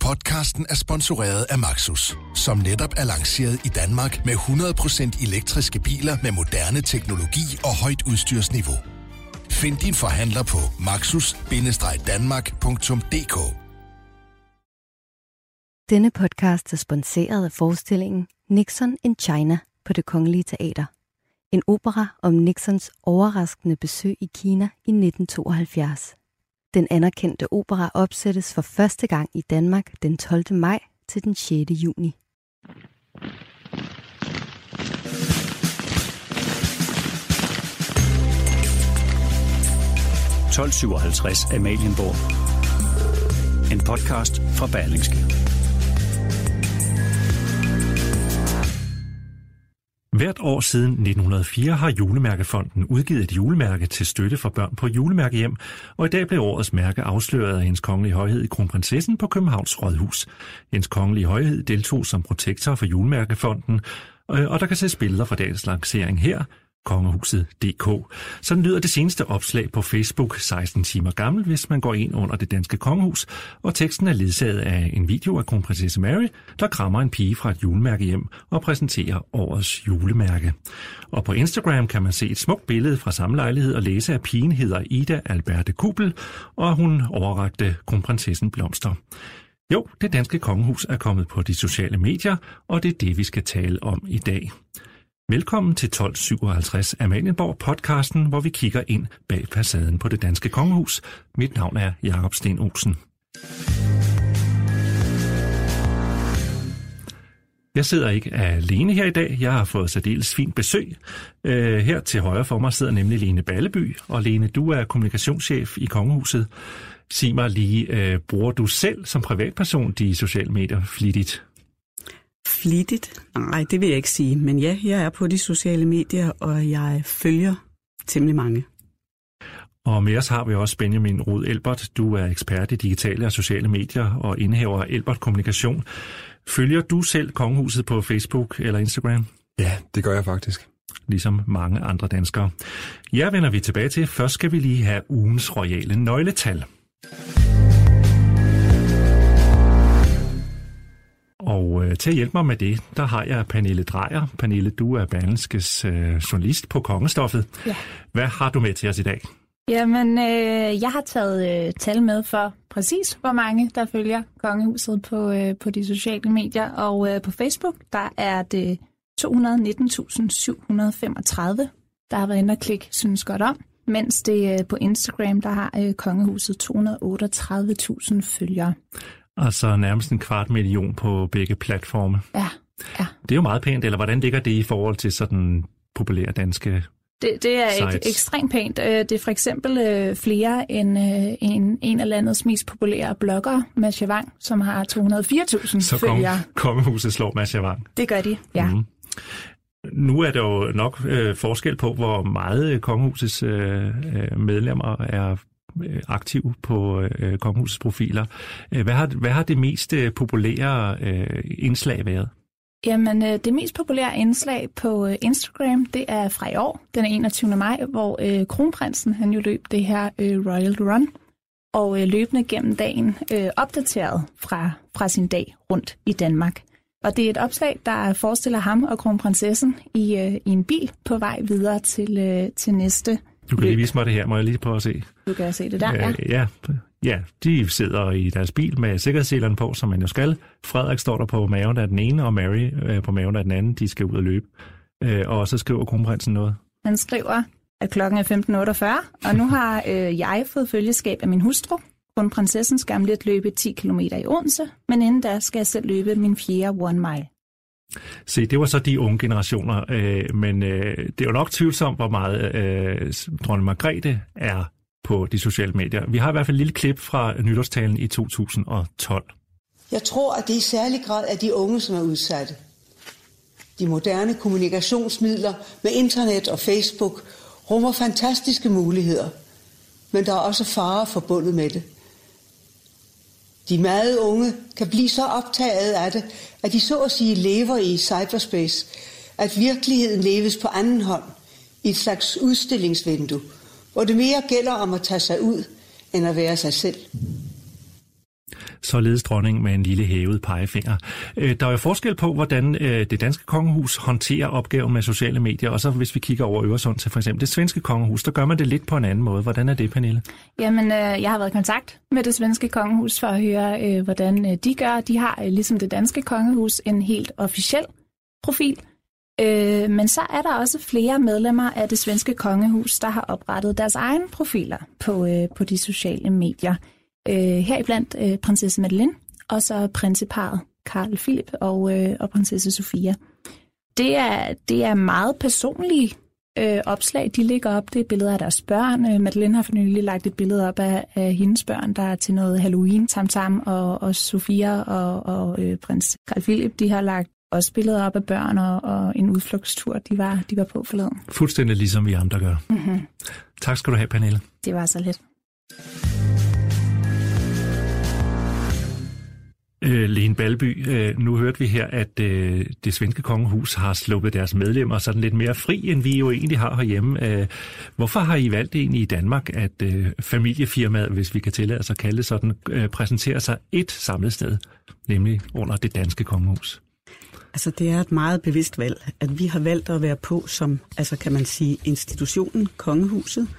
Podcasten er sponsoreret af Maxus, som netop er lanceret i Danmark med 100% elektriske biler med moderne teknologi og højt udstyrsniveau. Find din forhandler på maxus-danmark.dk. Denne podcast er sponsoreret af forestillingen Nixon in China på Det Kongelige Teater. En opera om Nixons overraskende besøg i Kina i 1972. Den anerkendte opera opsættes for første gang i Danmark den 12. maj til den 6. juni. ...1257 Amalienborg. En podcast fra Berlingske. Hvert år siden 1904 har Julemærkefonden udgivet et julemærke til støtte for børn på julemærkehjem, og i dag blev årets mærke afsløret af Hendes Kongelige Højhed Kronprinsessen på Københavns Rådhus. Hendes Kongelige Højhed deltog som protektor for Julemærkefonden, og der kan ses billeder fra dagens lancering her, kongehuset.dk. Sådan lyder det seneste opslag på Facebook, 16 timer gammel, hvis man går ind under det danske kongehus, og teksten er ledsaget af en video af kronprinsesse Mary, der krammer en pige fra et julemærkehjem og præsenterer årets julemærke. Og på Instagram kan man se et smukt billede fra samme lejlighed og læse, at pigen hedder Ida Alberte Kubel, og hun overrakte kronprinsessen blomster. Jo, det danske kongehus er kommet på de sociale medier, og det er det, vi skal tale om i dag. Velkommen til 1257 Amalienborg-podcasten, hvor vi kigger ind bag facaden på det danske kongehus. Mit navn er Jakob Sten Olsen. Jeg sidder ikke alene her i dag. Jeg har fået særdeles fint besøg. Her til højre for mig sidder nemlig Lene Balleby. Og Lene, du er kommunikationschef i kongehuset. Sig mig lige, bruger du selv som privatperson de sociale medier flittigt? Flittigt? Nej, det vil jeg ikke sige. Men ja, jeg er på de sociale medier, og jeg følger temmelig mange. Og med os har vi også Benjamin Rud Elbert. Du er ekspert i digitale og sociale medier og indehaver af Elbert Kommunikation. Følger du selv kongehuset på Facebook eller Instagram? Ja, det gør jeg faktisk. Ligesom mange andre danskere. Jer vender vi tilbage til. Først skal vi lige have ugens royale nøgletal. Og til at hjælpe mig med det, der har jeg Pernille Drejer. Pernille, du er Berlingskes journalist på kongestoffet. Ja. Hvad har du med til os i dag? Jamen, jeg har taget tal med for præcis, hvor mange der følger kongehuset på de sociale medier. Og på Facebook, der er det 219.735, der har været inde og klikke synes godt om. Mens det på Instagram, der har kongehuset 238.000 følgere. Altså nærmest 250.000 på begge platforme. Ja. Det er jo meget pænt, eller hvordan ligger det i forhold til sådan populære danske Det er ekstremt pænt. Det er for eksempel flere end en af landets mest populære bloggere, Mascha Wang, som har 204.000 følgere. Så kongehuset slår Mascha Wang. Det gør de, ja. Mm-hmm. Nu er der jo nok forskel på, hvor meget kongehusets medlemmer er aktiv på kongehusets profiler. Hvad har det mest populære indslag været? Jamen, det mest populære indslag på Instagram, det er fra i år, den 21. maj, hvor kronprinsen han jo løb det her Royal Run, og løbende gennem dagen opdateret fra sin dag rundt i Danmark. Og det er et opslag, der forestiller ham og kronprinsessen i en bil på vej videre til næste. Du kan lige vise mig det her. Må jeg lige prøve at se? Du kan se det der, ja. Ja, de sidder i deres bil med sikkerhedsselerne på, som man jo skal. Frederik står der på maven af den ene, og Mary på maven af den anden. De skal ud og løbe. Og så skriver kronprinsen noget. Han skriver, at klokken er 15.48, og nu har jeg fået følgeskab af min hustru. Kronprinsessen skal om lidt løbe 10 km i Odense, men inden da skal jeg selv løbe min 4. one mile. Se, det var så de unge generationer, men det er jo nok tvivlsomt, hvor meget dronning Margrethe er på de sociale medier. Vi har i hvert fald et lille klip fra nytårstalen i 2012. Jeg tror, at det i særlig grad er de unge, som er udsatte. De moderne kommunikationsmidler med internet og Facebook rummer fantastiske muligheder, men der er også farer forbundet med det. De meget unge kan blive så optaget af det, at de så at sige lever i cyberspace, at virkeligheden leves på anden hånd, i et slags udstillingsvindue, hvor det mere gælder om at tage sig ud, end at være sig selv. Således dronningen med en lille hævet pegefinger. Der er jo forskel på, hvordan det danske kongehus håndterer opgaven med sociale medier, og så hvis vi kigger over Øresund til for eksempel det svenske kongehus, der gør man det lidt på en anden måde. Hvordan er det, Pernille? Jamen, jeg har været i kontakt med det svenske kongehus for at høre, hvordan de gør. De har, ligesom det danske kongehus, en helt officiel profil. Men så er der også flere medlemmer af det svenske kongehus, der har oprettet deres egne profiler på de sociale medier. Heriblandt prinsesse Madeleine, og så prinseparret Carl Philip og prinsesse Sofia. Det er meget personlige opslag, de lægger op. Det er billeder af deres børn. Madeleine har for nylig lagt et billede op af hendes børn, der er til noget Halloween-tamtam, og Sofia og prins Carl Philip, de har lagt også billeder op af børn og en udflugtstur, de var på forleden. Fuldstændig ligesom vi andre gør. Mm-hmm. Tak skal du have, Pernille. Det var så lidt. Lene Balby, nu hørte vi her, at det svenske kongehus har sluppet deres medlemmer sådan lidt mere fri, end vi jo egentlig har herhjemme. Hvorfor har I valgt egentlig i Danmark, at familiefirmaet, hvis vi kan tillade os at kalde det sådan, præsenterer sig et samlet sted, nemlig under det danske kongehus? Altså, det er et meget bevidst valg, at vi har valgt at være på som, altså kan man sige, institutionen, kongehuset.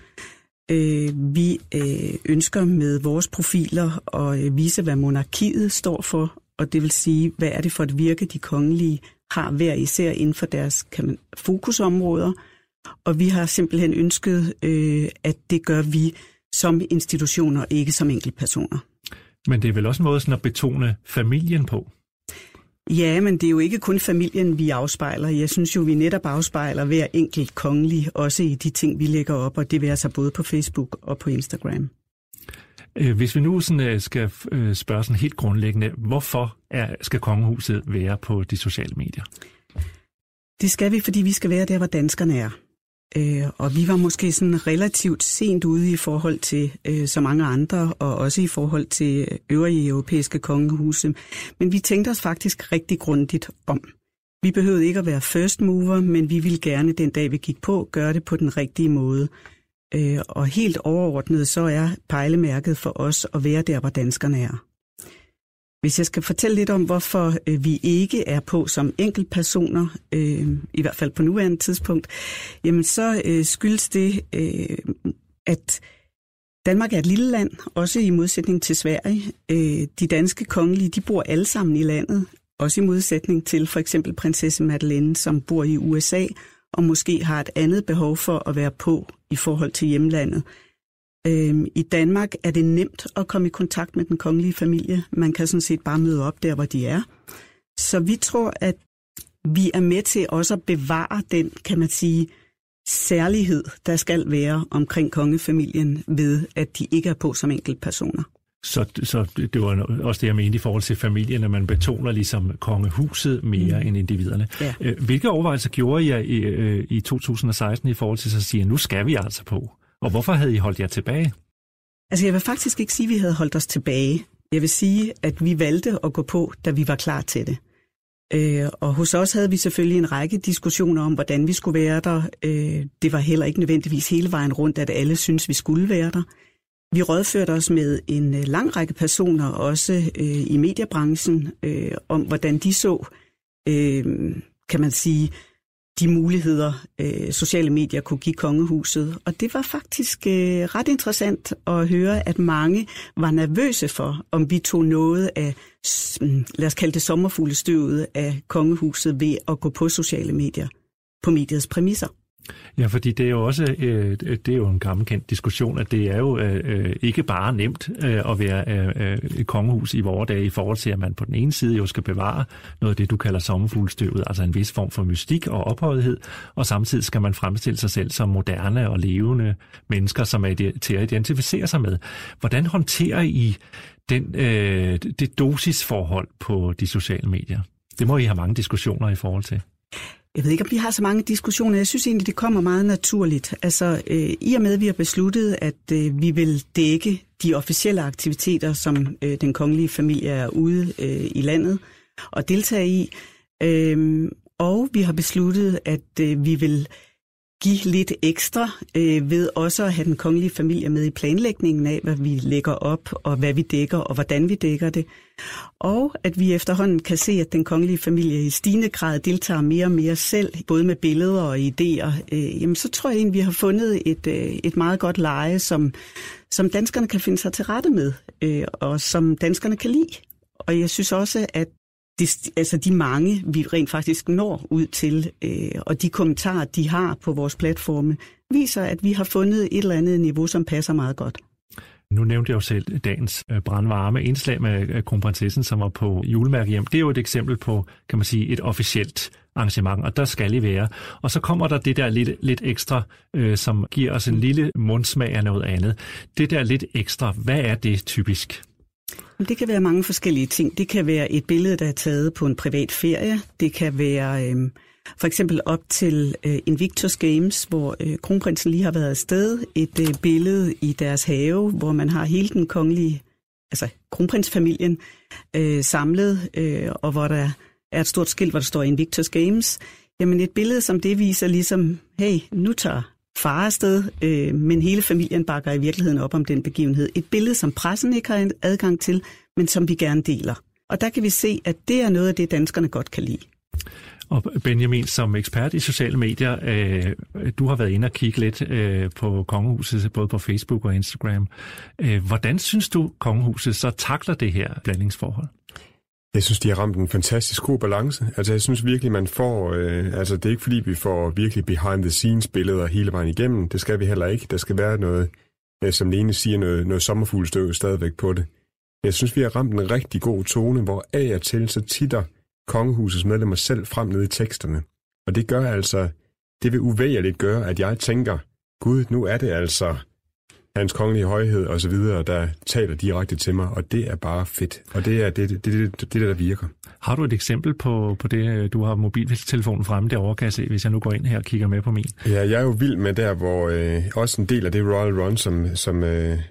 Vi ønsker med vores profiler at vise, hvad monarkiet står for, og det vil sige, hvad er det for et virke, de kongelige har hver især inden for deres fokusområder. Og vi har simpelthen ønsket, at det gør vi som institutioner, ikke som enkeltpersoner. Men det er vel også en måde sådan at betone familien på? Ja, men det er jo ikke kun familien, vi afspejler. Jeg synes jo, vi netop afspejler hver enkelt kongelig, også i de ting, vi lægger op, og det vil altså både på Facebook og på Instagram. Hvis vi nu sådan skal spørge sådan helt grundlæggende, hvorfor skal kongehuset være på de sociale medier? Det skal vi, fordi vi skal være der, hvor danskerne er. Og vi var måske sådan relativt sent ude i forhold til så mange andre, og også i forhold til øvrige europæiske kongehuse. Men vi tænkte os faktisk rigtig grundigt om. Vi behøvede ikke at være first mover, men vi ville gerne den dag, vi gik på, gøre det på den rigtige måde. Og helt overordnet, så er pejlemærket for os at være der, hvor danskerne er. Hvis jeg skal fortælle lidt om, hvorfor vi ikke er på som enkeltpersoner, i hvert fald på nuværende tidspunkt, jamen så skyldes det, at Danmark er et lille land, også i modsætning til Sverige. De danske kongelige, de bor alle sammen i landet, også i modsætning til for eksempel prinsesse Madeleine, som bor i USA, og måske har et andet behov for at være på i forhold til hjemlandet. I Danmark er det nemt at komme i kontakt med den kongelige familie. Man kan sådan set bare møde op der, hvor de er. Så vi tror, at vi er med til også at bevare den, kan man sige, særlighed, der skal være omkring kongefamilien ved, at de ikke er på som enkeltpersoner. Så det var også det, jeg mente i forhold til familien, at man betoner ligesom kongehuset mere end individerne. Ja. Hvilke overvejelser gjorde I i 2016 i forhold til at sige, at nu skal vi altså på? Og hvorfor havde I holdt jer tilbage? Altså, jeg vil faktisk ikke sige, at vi havde holdt os tilbage. Jeg vil sige, at vi valgte at gå på, da vi var klar til det. Og hos os havde vi selvfølgelig en række diskussioner om, hvordan vi skulle være der. Det var heller ikke nødvendigvis hele vejen rundt, at alle synes vi skulle være der. Vi rådførte os med en lang række personer, også i mediebranchen, om hvordan de så, kan man sige, de muligheder, sociale medier kunne give kongehuset. Og det var faktisk ret interessant at høre, at mange var nervøse for, om vi tog noget af, lad os kalde det sommerfuglestøvet af kongehuset ved at gå på sociale medier på mediets præmisser. Ja, fordi det er jo også det er jo en gammelkendt diskussion, at det er jo ikke bare nemt at være et kongehus i vore dage i forhold til, at man på den ene side jo skal bevare noget af det, du kalder sommerfuglestøvet, altså en vis form for mystik og ophøjethed, og samtidig skal man fremstille sig selv som moderne og levende mennesker, som er til at identificere sig med. Hvordan håndterer I det dosisforhold på de sociale medier? Det må I have mange diskussioner i forhold til. Jeg ved ikke, om vi har så mange diskussioner. Jeg synes egentlig, det kommer meget naturligt. Altså, i og med, at vi har besluttet, at vi vil dække de officielle aktiviteter, som den kongelige familie er ude i landet og deltage i. Og vi har besluttet, at vi vil give lidt ekstra ved også at have den kongelige familie med i planlægningen af, hvad vi lægger op, og hvad vi dækker, og hvordan vi dækker det. Og at vi efterhånden kan se, at den kongelige familie i stigende grad deltager mere og mere selv, både med billeder og idéer. Jamen så tror jeg egentlig, vi har fundet et meget godt leje, som danskerne kan finde sig til rette med, og som danskerne kan lide. Og jeg synes også, at de mange, vi rent faktisk når ud til, og de kommentarer, de har på vores platforme, viser, at vi har fundet et eller andet niveau, som passer meget godt. Nu nævnte jeg jo selv dagens brandvarme indslag med kronprinsessen, som var på julemærkehjem. Det er jo et eksempel på, kan man sige, et officielt arrangement, og der skal I være. Og så kommer der det der lidt ekstra, som giver os en lille mundsmag af noget andet. Det der lidt ekstra, hvad er det typisk? Det kan være mange forskellige ting. Det kan være et billede, der er taget på en privat ferie. Det kan være for eksempel op til Invictus Games, hvor kronprinsen lige har været afsted. Et billede i deres have, hvor man har hele den kongelige, altså kronprinsfamilien, samlet, og hvor der er et stort skilt, hvor der står Invictus Games. Jamen et billede som det viser ligesom, hey, nu tager far afsted, men hele familien bakker i virkeligheden op om den begivenhed. Et billede, som pressen ikke har adgang til, men som vi gerne deler. Og der kan vi se, at det er noget af det, danskerne godt kan lide. Og Benjamin, som ekspert i sociale medier, du har været inde og kigge lidt på kongehuset, både på Facebook og Instagram. Hvordan synes du, kongehuset så takler det her blandingsforhold? Jeg synes, de har ramt en fantastisk god balance. Altså, jeg synes virkelig, man får... det er ikke fordi, vi får virkelig behind-the-scenes-billeder hele vejen igennem. Det skal vi heller ikke. Der skal være noget, som Lene siger, noget sommerfuglestøv stadigvæk på det. Jeg synes, vi har ramt en rigtig god tone, hvor af og til så titter kongehusets medlemmer selv frem ned i teksterne. Og det gør altså... Det vil uvægerligt gøre, at jeg tænker, gud, nu er det altså... Hans kongelige højhed og så videre, der taler direkte til mig, og det er bare fedt. Og det er det, der virker. Har du et eksempel på det, du har mobiltelefonen fremme derovre, kan jeg se, hvis jeg nu går ind her og kigger med på min? Ja, jeg er jo vild med der, hvor også en del af det Royal Run, som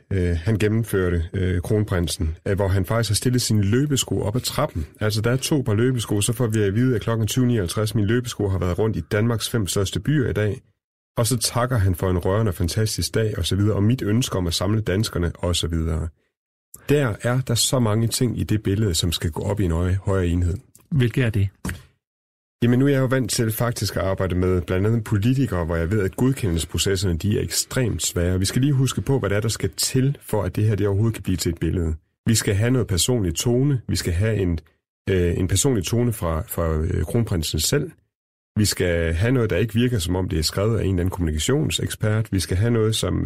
han gennemførte, kronprinsen, hvor han faktisk har stillet sine løbesko op ad trappen. Altså, der er 2 par løbesko, så får vi at vide, at kl. 20.59 mine løbesko har været rundt i Danmarks 5 største byer i dag. Og så takker han for en rørende og fantastisk dag, og så videre, og mit ønske om at samle danskerne, og så videre. Der er der så mange ting i det billede, som skal gå op i en højere enhed. Hvilke er det? Jamen nu er jeg jo vant til faktisk at arbejde med blandt andet politikere, hvor jeg ved, at godkendelsesprocesserne, de er ekstremt svære. Vi skal lige huske på, hvad det er, der skal til, for at det her det overhovedet kan blive til et billede. Vi skal have noget personlig tone. Vi skal have en personlig tone fra kronprinsen selv. Vi skal have noget, der ikke virker, som om det er skrevet af en eller anden kommunikationsekspert. Vi skal have noget, som...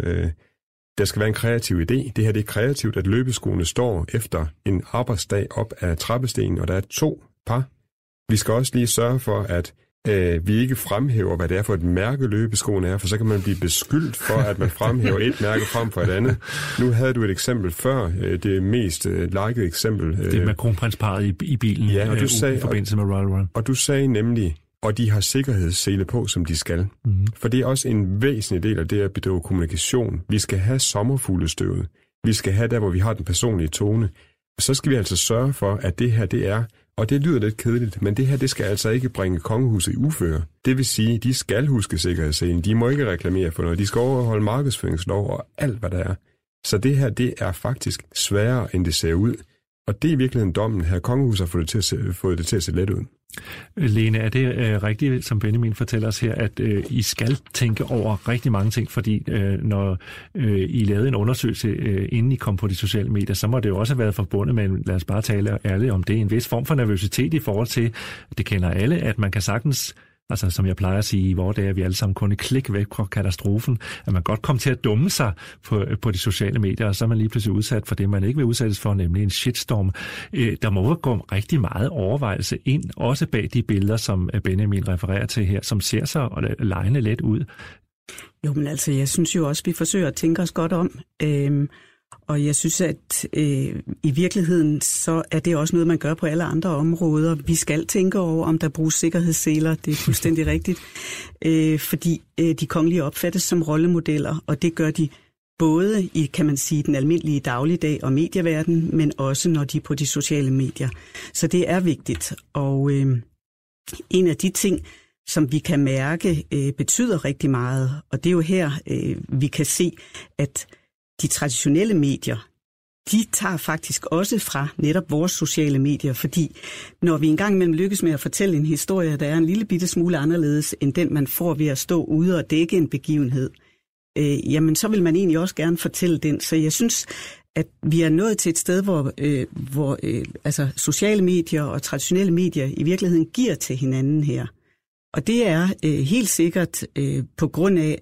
der skal være en kreativ idé. Det her det er kreativt, at løbeskoene står efter en arbejdsdag op ad trappestenen, og der er 2 par. Vi skal også lige sørge for, at vi ikke fremhæver, hvad det er for et mærke løbeskoene er, for så kan man blive beskyldt for, at man fremhæver et mærke frem for et andet. Nu havde du et eksempel før, det mest likede eksempel. Det med kronprinsparret i bilen, ja, og du sagde, i forbindelse med Royal Run. Og du sagde nemlig... Og de har sikkerhedssele på, som de skal. Mm-hmm. For det er også en væsentlig del af det at bedrive kommunikation. Vi skal have sommerfuglestøvet. Vi skal have der, hvor vi har den personlige tone. Så skal vi altså sørge for, at det her, det er, og det lyder lidt kedeligt, men det her, det skal altså ikke bringe kongehuset i uføre. Det vil sige, de skal huske sikkerhedsselen. De må ikke reklamere for noget. De skal overholde markedsføringslov og alt, hvad der er. Så det her, det er faktisk sværere, end det ser ud. Og det er i virkeligheden dommen her. Kongehuset har fået det til at se let ud. Lene, er det rigtigt, som Benjamin fortæller os her, at I skal tænke over rigtig mange ting, fordi når I lavede en undersøgelse, inden I kom på de sociale medier, så må det jo også have været forbundet med, lad os bare tale ærligt om det, en vis form for nervøsitet i forhold til, det kender alle, at man kan sagtens, altså som jeg plejer at sige i vore dage, at vi alle sammen kun et klik væk fra katastrofen, at man godt kommer til at dumme sig på de sociale medier, og så er man lige pludselig udsat for det, man ikke vil udsættes for, nemlig en shitstorm. Der må jo gå rigtig meget overvejelse ind, også bag de billeder, som Benjamin refererer til her, som ser så legende let ud. Jo, men altså, jeg synes jo også, at vi forsøger at tænke os godt om. Og jeg synes, at i virkeligheden, så er det også noget, man gør på alle andre områder. Vi skal tænke over, om der bruges sikkerhedsseler. Det er fuldstændig rigtigt. Fordi de kongelige opfattes som rollemodeller, og det gør de både i, kan man sige, den almindelige dagligdag og medieverden, men også når de er på de sociale medier. Så det er vigtigt. Og en af de ting, som vi kan mærke betyder rigtig meget. Og det er jo her, vi kan se, at de traditionelle medier, de tager faktisk også fra netop vores sociale medier, fordi når vi engang imellem lykkes med at fortælle en historie, der er en lille bitte smule anderledes end den, man får ved at stå ude og dække en begivenhed, jamen så vil man egentlig også gerne fortælle den. Så jeg synes, at vi er nået til et sted, hvor altså sociale medier og traditionelle medier i virkeligheden giver til hinanden her. Og det er helt sikkert på grund af,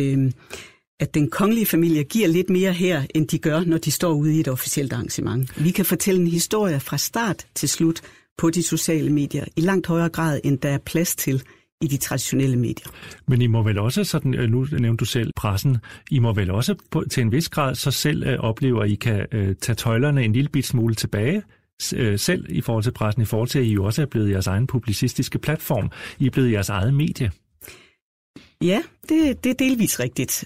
at den kongelige familie giver lidt mere her, end de gør, når de står ude i et officielt arrangement. Vi kan fortælle en historie fra start til slut på de sociale medier i langt højere grad, end der er plads til i de traditionelle medier. Men I må vel også, sådan, nu nævnte du selv pressen, I må vel også til en vis grad så selv opleve, at I kan tage tøjlerne en lille bit smule tilbage, selv i forhold til pressen, i forhold til, at I jo også er blevet jeres egen publicistiske platform. I er blevet jeres eget medie. Ja, det er delvis rigtigt.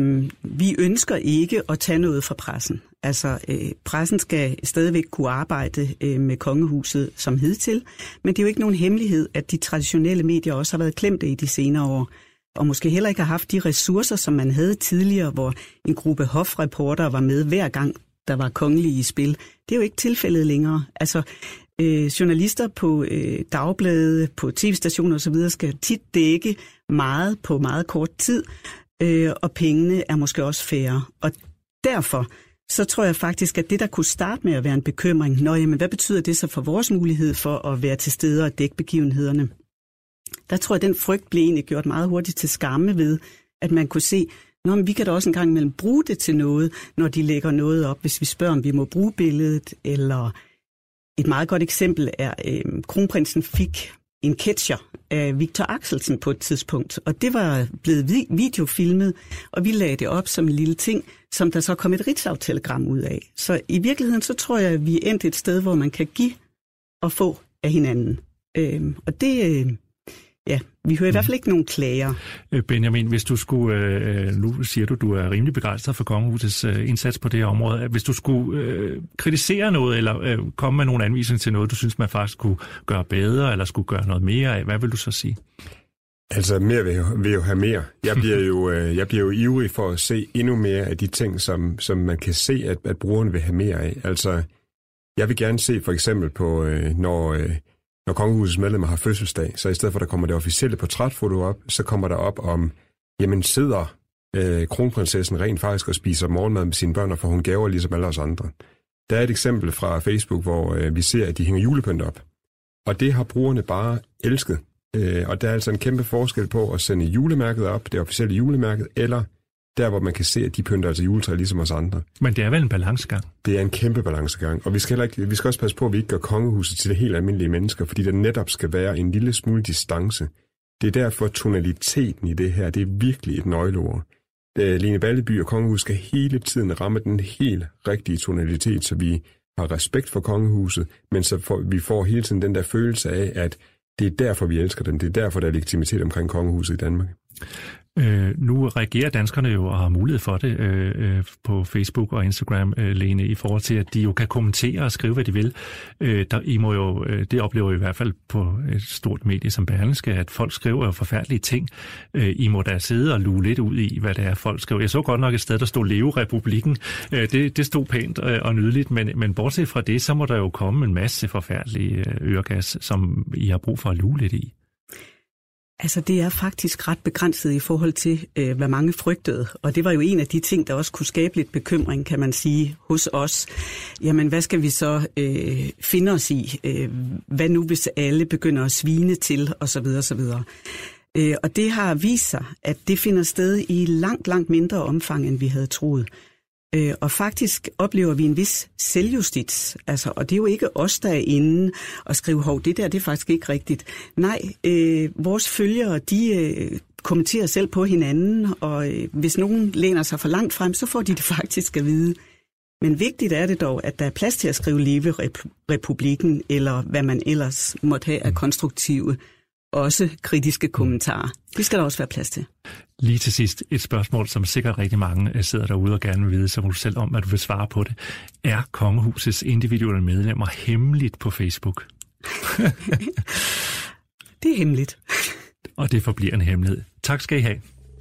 Vi ønsker ikke at tage noget fra pressen. Altså, pressen skal stadigvæk kunne arbejde med kongehuset som hidtil, men det er jo ikke nogen hemmelighed, at de traditionelle medier også har været klemte i de senere år, og måske heller ikke har haft de ressourcer, som man havde tidligere, hvor en gruppe hofreportere var med hver gang, der var kongelige i spil. Det er jo ikke tilfældet længere. Altså, journalister på dagblade, på tv-stationer osv. skal tit dække meget på meget kort tid, og pengene er måske også færre. Og derfor så tror jeg faktisk, at det, der kunne starte med at være en bekymring, jamen, hvad betyder det så for vores mulighed for at være til stede og dække begivenhederne? Der tror jeg, at den frygt blev egentlig gjort meget hurtigt til skamme ved, at man kunne se, men vi kan da også en gang imellem bruge det til noget, når de lægger noget op, hvis vi spørger, om vi må bruge billedet, eller et meget godt eksempel er, kronprinsen fik en catcher af Victor Axelsen på et tidspunkt, og det var blevet videofilmet, og vi lagde det op som en lille ting, som der så kom et Ritzau-telegram ud af. Så i virkeligheden, så tror jeg, at vi er endt et sted, hvor man kan give og få af hinanden. Og det, ja, vi hører i hvert fald ikke nogen klager. Benjamin, hvis du skulle, nu siger du er rimelig begejstret for kongehusets indsats på det her område. Hvis du skulle kritisere noget, eller komme med nogle anvisninger til noget, du synes, man faktisk kunne gøre bedre, eller skulle gøre noget mere af, hvad vil du så sige? Altså, mere vil jo have mere. Jeg bliver jo ivrig for at se endnu mere af de ting, som man kan se, at brugerne vil have mere af. Altså, jeg vil gerne se for eksempel på, når kongehusets medlemmer har fødselsdag, så i stedet for, at der kommer det officielle portrætfoto op, så kommer der op om, jamen sidder kronprinsessen rent faktisk og spiser morgenmad med sine børn og får hun gaver ligesom alle os andre. Der er et eksempel fra Facebook, hvor vi ser, at de hænger julepynt op. Og det har brugerne bare elsket. Og der er altså en kæmpe forskel på at sende julemærket op, det officielle julemærket, eller der, hvor man kan se, at de pynter altså juletræ ligesom os andre. Men det er vel en balancegang? Det er en kæmpe balancegang. Og vi skal også passe på, at vi ikke gør kongehuset til det helt almindelige mennesker, fordi der netop skal være en lille smule distance. Det er derfor tonaliteten i det her, det er virkelig et nøgleord. Lene Balleby og kongehuset skal hele tiden ramme den helt rigtige tonalitet, så vi har respekt for kongehuset, men så vi får hele tiden den der følelse af, at det er derfor, vi elsker dem. Det er derfor, der er legitimitet omkring kongehuset i Danmark. Nu reagerer danskerne jo og har mulighed for det på Facebook og Instagram, Lene, i forhold til, at de jo kan kommentere og skrive, hvad de vil. I må jo, det oplever I hvert fald på et stort medie som Berlingske, at folk skriver jo forfærdelige ting. I må da sidde og luge lidt ud i, hvad det er, folk skriver. Jeg så godt nok et sted, der stod Leve Republikken. Det stod pænt og nydeligt, men bortset fra det, så må der jo komme en masse forfærdelige øregas, som I har brug for at luge lidt i. Altså, det er faktisk ret begrænset i forhold til, hvad mange frygtede. Og det var jo en af de ting, der også kunne skabe lidt bekymring, kan man sige, hos os. Jamen, hvad skal vi så finde os i? Hvad nu, hvis alle begynder at svine til, osv. osv. Og det har vist sig, at det finder sted i langt, langt mindre omfang, end vi havde troet. Og faktisk oplever vi en vis selvjustits, altså, og det er jo ikke os, der er inde og skriver, hov, det der, det er faktisk ikke rigtigt. Nej, vores følgere, de kommenterer selv på hinanden, og hvis nogen læner sig for langt frem, så får de det faktisk at vide. Men vigtigt er det dog, at der er plads til at skrive Leve Republikken, eller hvad man ellers måtte have af konstruktive, også kritiske kommentarer. Det skal der også være plads til. Lige til sidst et spørgsmål, som sikkert rigtig mange sidder derude og gerne vil vide, så må du selv om, at du vil svare på det. Er kongehusets individuelle medlemmer hemmeligt på Facebook? Det er hemmeligt. Og det forbliver en hemmelighed. Tak skal I have.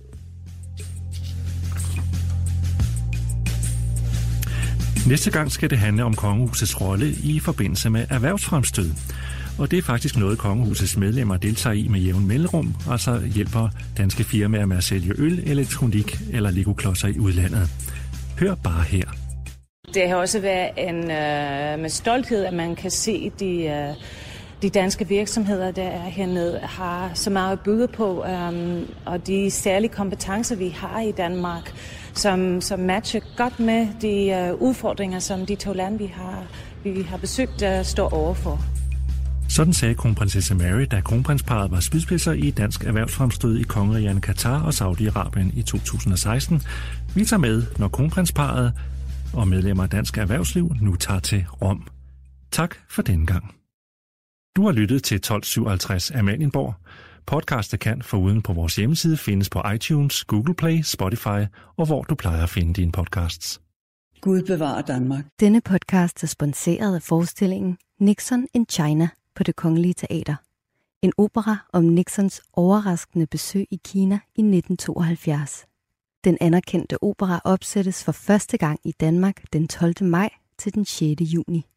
Næste gang skal det handle om kongehusets rolle i forbindelse med erhvervsfremstød. Og det er faktisk noget, kongehusets medlemmer deltager i med jævn mellemrum, altså hjælper danske firmaer med at sælge øl, elektronik eller legoklodser i udlandet. Hør bare her. Det har også været med stolthed, at man kan se de danske virksomheder, der er hernede, har så meget at byde på, og de særlige kompetencer, vi har i Danmark, som matcher godt med de udfordringer, som de 2 lande, vi har besøgt, står overfor. Sådan sagde kronprinsesse Mary, da kronprinsparret var spydspidser i dansk erhvervsfremstød i kongerigerne Katar og Saudi-Arabien i 2016. Vi tager med, når kronprinsparret og medlemmer af dansk erhvervsliv nu tager til Rom. Tak for denne gang. Du har lyttet til 1257 Amalienborg. Podcastet kan foruden på vores hjemmeside findes på iTunes, Google Play, Spotify og hvor du plejer at finde dine podcasts. Gud bevarer Danmark. Denne podcast er sponsoreret af forestillingen Nixon in China på Det Kongelige Teater. En opera om Nixons overraskende besøg i Kina i 1972. Den anerkendte opera opsættes for første gang i Danmark den 12. maj til den 6. juni.